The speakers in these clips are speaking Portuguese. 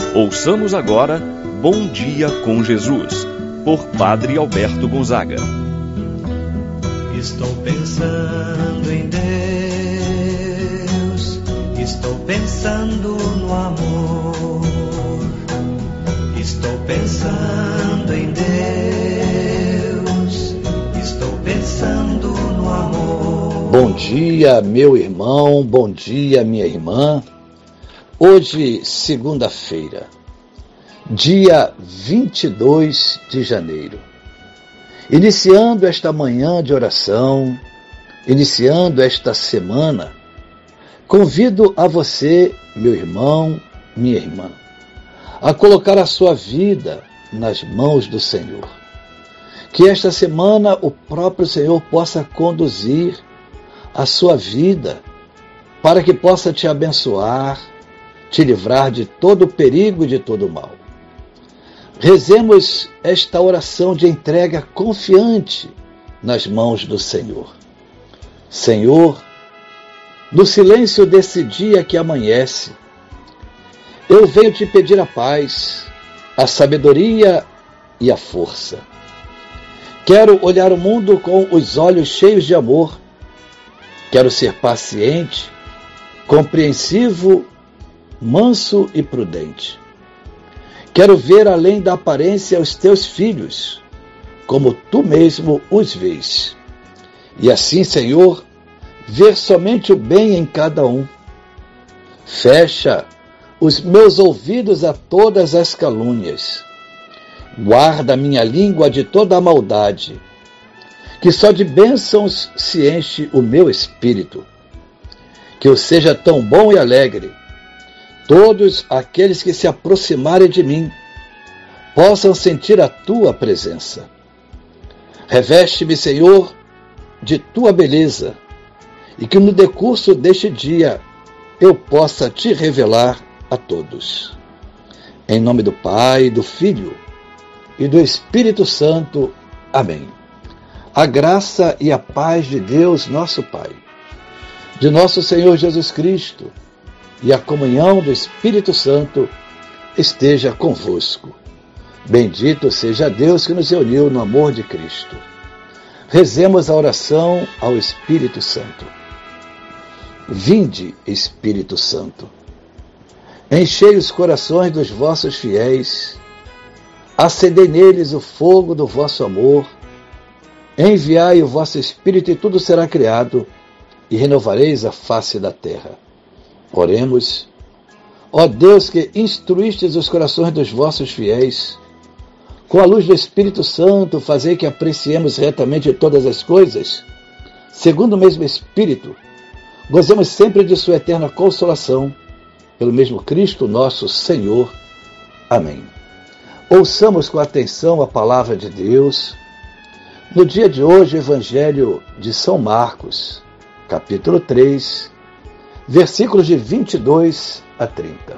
Ouçamos agora Bom Dia com Jesus, por Padre Alberto Gonzaga. Estou pensando em Deus, estou pensando no amor, estou pensando em Deus, estou pensando no amor. Bom dia, meu irmão, bom dia, minha irmã. Hoje, segunda-feira, dia 22 de janeiro. Iniciando esta manhã de oração, iniciando esta semana, convido a você, meu irmão, minha irmã, a colocar a sua vida nas mãos do Senhor. Que esta semana o próprio Senhor possa conduzir a sua vida para que possa te abençoar, te livrar de todo o perigo e de todo o mal. Rezemos esta oração de entrega confiante nas mãos do Senhor. Senhor, no silêncio desse dia que amanhece, eu venho te pedir a paz, a sabedoria e a força. Quero olhar o mundo com os olhos cheios de amor. Quero ser paciente, compreensivo, manso e prudente. Quero ver além da aparência os teus filhos, como tu mesmo os vês. E assim, Senhor, ver somente o bem em cada um. Fecha os meus ouvidos a todas as calúnias. Guarda minha língua de toda a maldade, que só de bênçãos se enche o meu espírito. Que eu seja tão bom e alegre, todos aqueles que se aproximarem de mim possam sentir a tua presença. Reveste-me, Senhor, de tua beleza, e que no decurso deste dia eu possa te revelar a todos. Em nome do Pai, do Filho e do Espírito Santo. Amém. A graça e a paz de Deus, nosso Pai, de nosso Senhor Jesus Cristo, e a comunhão do Espírito Santo esteja convosco. Bendito seja Deus que nos reuniu no amor de Cristo. Rezemos a oração ao Espírito Santo. Vinde, Espírito Santo, enchei os corações dos vossos fiéis, acendei neles o fogo do vosso amor, enviai o vosso Espírito e tudo será criado, e renovareis a face da terra. Oremos. Ó Deus, que instruístes os corações dos vossos fiéis, com a luz do Espírito Santo, fazei que apreciemos retamente todas as coisas, segundo o mesmo Espírito, gozemos sempre de sua eterna consolação, pelo mesmo Cristo nosso Senhor. Amém. Ouçamos com atenção a palavra de Deus. No dia de hoje, o Evangelho de São Marcos, capítulo 3, versículos de 22 a 30.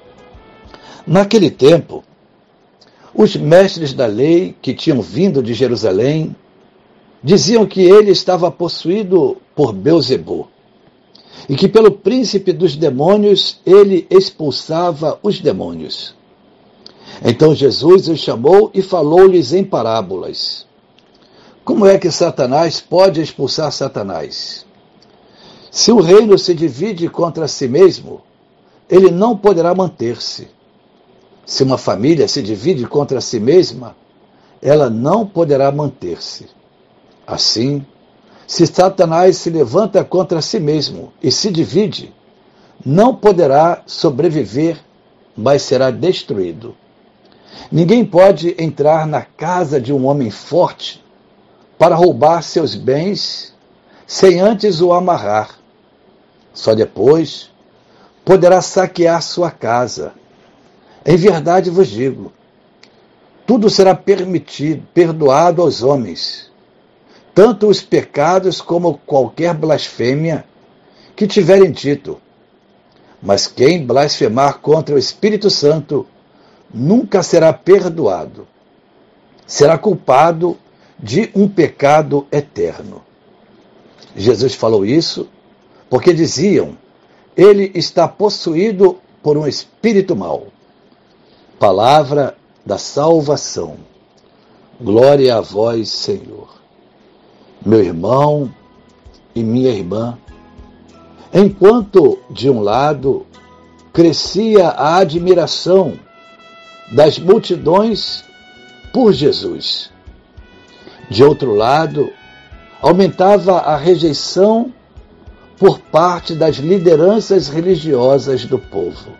Naquele tempo, os mestres da lei que tinham vindo de Jerusalém diziam que ele estava possuído por Belzebu e que pelo príncipe dos demônios ele expulsava os demônios. Então Jesus os chamou e falou-lhes em parábolas. Como é que Satanás pode expulsar Satanás? Se o reino se divide contra si mesmo, ele não poderá manter-se. Se uma família se divide contra si mesma, ela não poderá manter-se. Assim, se Satanás se levanta contra si mesmo e se divide, não poderá sobreviver, mas será destruído. Ninguém pode entrar na casa de um homem forte para roubar seus bens sem antes o amarrar. Só depois poderá saquear sua casa. Em verdade vos digo, tudo será perdoado aos homens, tanto os pecados como qualquer blasfêmia que tiverem dito. Mas quem blasfemar contra o Espírito Santo nunca será perdoado. Será culpado de um pecado eterno. Jesus falou isso porque diziam, ele está possuído por um espírito mau. Palavra da salvação. Glória a vós, Senhor. Meu irmão e minha irmã, enquanto, de um lado, crescia a admiração das multidões por Jesus, de outro lado, aumentava a rejeição por parte das lideranças religiosas do povo.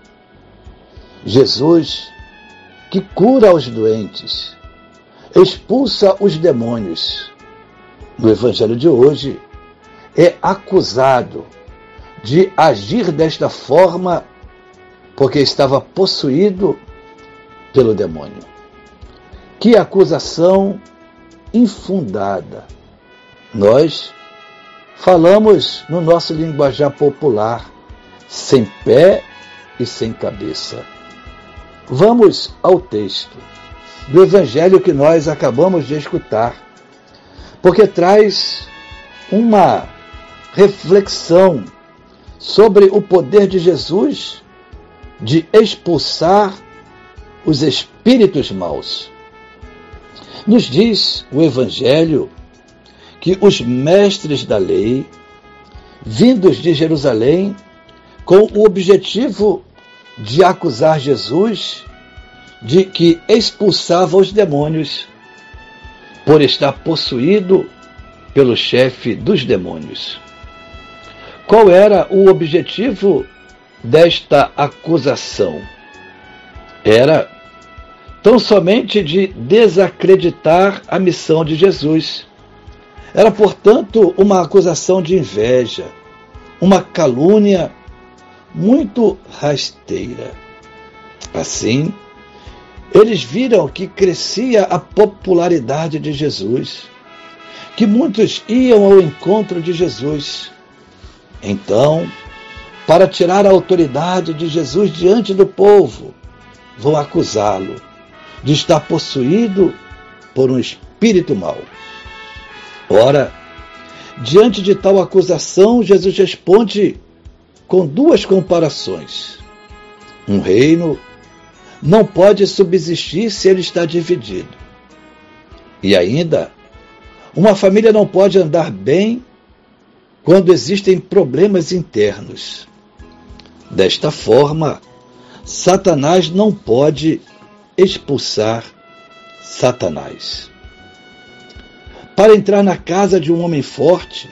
Jesus, que cura os doentes, expulsa os demônios, no Evangelho de hoje, é acusado de agir desta forma porque estava possuído pelo demônio. Que acusação infundada! Nós falamos no nosso linguajar popular, sem pé e sem cabeça. Vamos ao texto do Evangelho que nós acabamos de escutar, porque traz uma reflexão sobre o poder de Jesus de expulsar os espíritos maus. Nos diz o Evangelho que os mestres da lei, vindos de Jerusalém, com o objetivo de acusar Jesus de que expulsava os demônios por estar possuído pelo chefe dos demônios. Qual era o objetivo desta acusação? Era tão somente de desacreditar a missão de Jesus. Era, portanto, uma acusação de inveja, uma calúnia muito rasteira. Assim, eles viram que crescia a popularidade de Jesus, que muitos iam ao encontro de Jesus. Então, para tirar a autoridade de Jesus diante do povo, vão acusá-lo de estar possuído por um espírito mau. Ora, diante de tal acusação, Jesus responde com duas comparações. Um reino não pode subsistir se ele está dividido. E ainda, uma família não pode andar bem quando existem problemas internos. Desta forma, Satanás não pode expulsar Satanás. Para entrar na casa de um homem forte,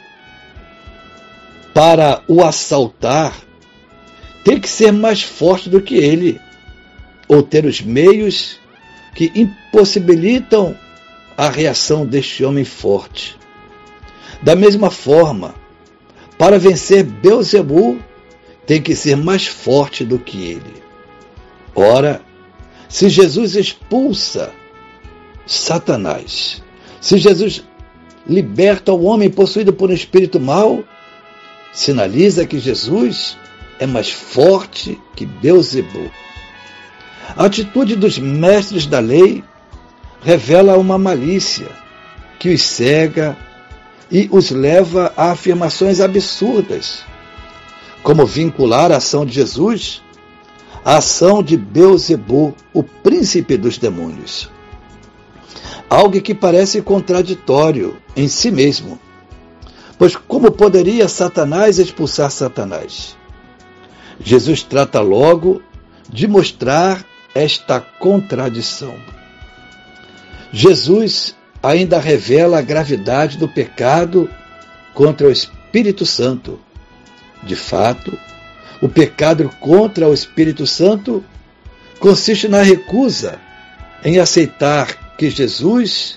para o assaltar, tem que ser mais forte do que ele, ou ter os meios que impossibilitam a reação deste homem forte. Da mesma forma, para vencer Beelzebul, tem que ser mais forte do que ele. Ora, se Jesus expulsa Satanás, se Jesus liberta o homem possuído por um espírito mau, sinaliza que Jesus é mais forte que Beelzebul. A atitude dos mestres da lei revela uma malícia que os cega e os leva a afirmações absurdas, como vincular a ação de Jesus à ação de Beelzebul, o príncipe dos demônios. Algo que parece contraditório em si mesmo, pois como poderia Satanás expulsar Satanás? Jesus trata logo de mostrar esta contradição. Jesus ainda revela a gravidade do pecado contra o Espírito Santo. De fato, o pecado contra o Espírito Santo consiste na recusa em aceitar que Jesus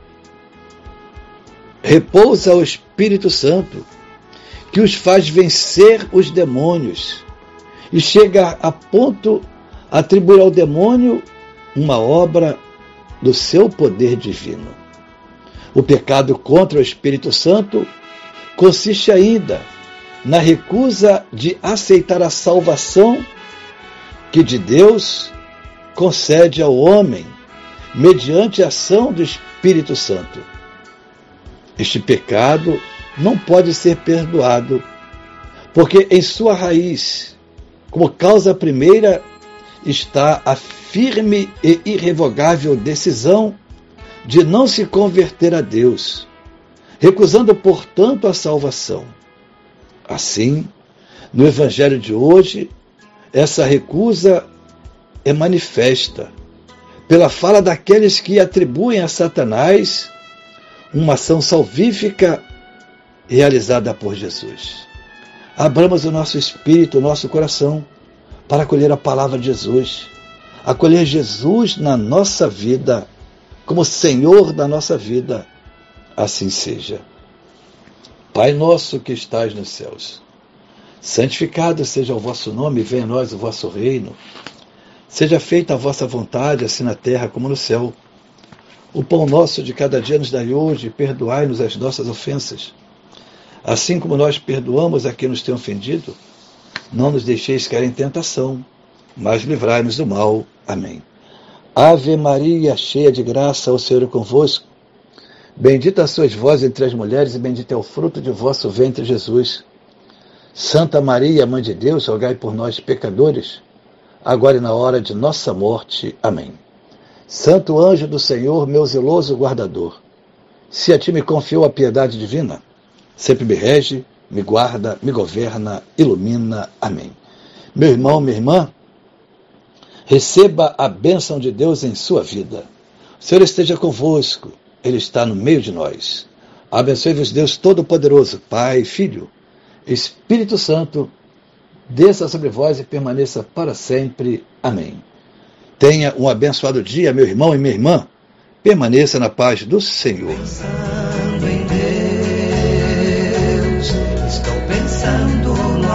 repousa o Espírito Santo, que os faz vencer os demônios e chega a ponto de atribuir ao demônio uma obra do seu poder divino. O pecado contra o Espírito Santo consiste ainda na recusa de aceitar a salvação que de Deus concede ao homem mediante a ação do Espírito Santo. Este pecado não pode ser perdoado, porque em sua raiz, como causa primeira, está a firme e irrevogável decisão de não se converter a Deus, recusando, portanto, a salvação. Assim, no Evangelho de hoje, essa recusa é manifesta pela fala daqueles que atribuem a Satanás uma ação salvífica realizada por Jesus. Abramos o nosso espírito, o nosso coração, para acolher a palavra de Jesus, acolher Jesus na nossa vida, como Senhor da nossa vida. Assim seja. Pai nosso que estais nos céus, santificado seja o vosso nome, venha a nós o vosso reino. Seja feita a vossa vontade, assim na terra como no céu. O pão nosso de cada dia nos dai hoje, e perdoai-nos as nossas ofensas, assim como nós perdoamos a quem nos tem ofendido. Não nos deixeis cair em tentação, mas livrai-nos do mal. Amém. Ave Maria, cheia de graça, o Senhor é convosco. Bendita sois vós entre as mulheres, e bendito é o fruto de vosso ventre, Jesus. Santa Maria, Mãe de Deus, rogai por nós, pecadores, agora e na hora de nossa morte. Amém. Santo anjo do Senhor, meu zeloso guardador, se a ti me confiou a piedade divina, sempre me rege, me guarda, me governa, ilumina. Amém. Meu irmão, minha irmã, receba a bênção de Deus em sua vida. O Senhor esteja convosco, Ele está no meio de nós. Abençoe-vos Deus Todo-Poderoso, Pai, Filho, Espírito Santo, desça sobre vós e permaneça para sempre. Amém. Tenha um abençoado dia, meu irmão e minha irmã. Permaneça na paz do Senhor. Pensando em Deus, estou pensando no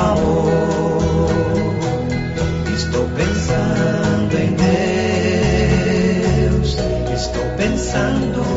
amor. Estou pensando em Deus, estou pensando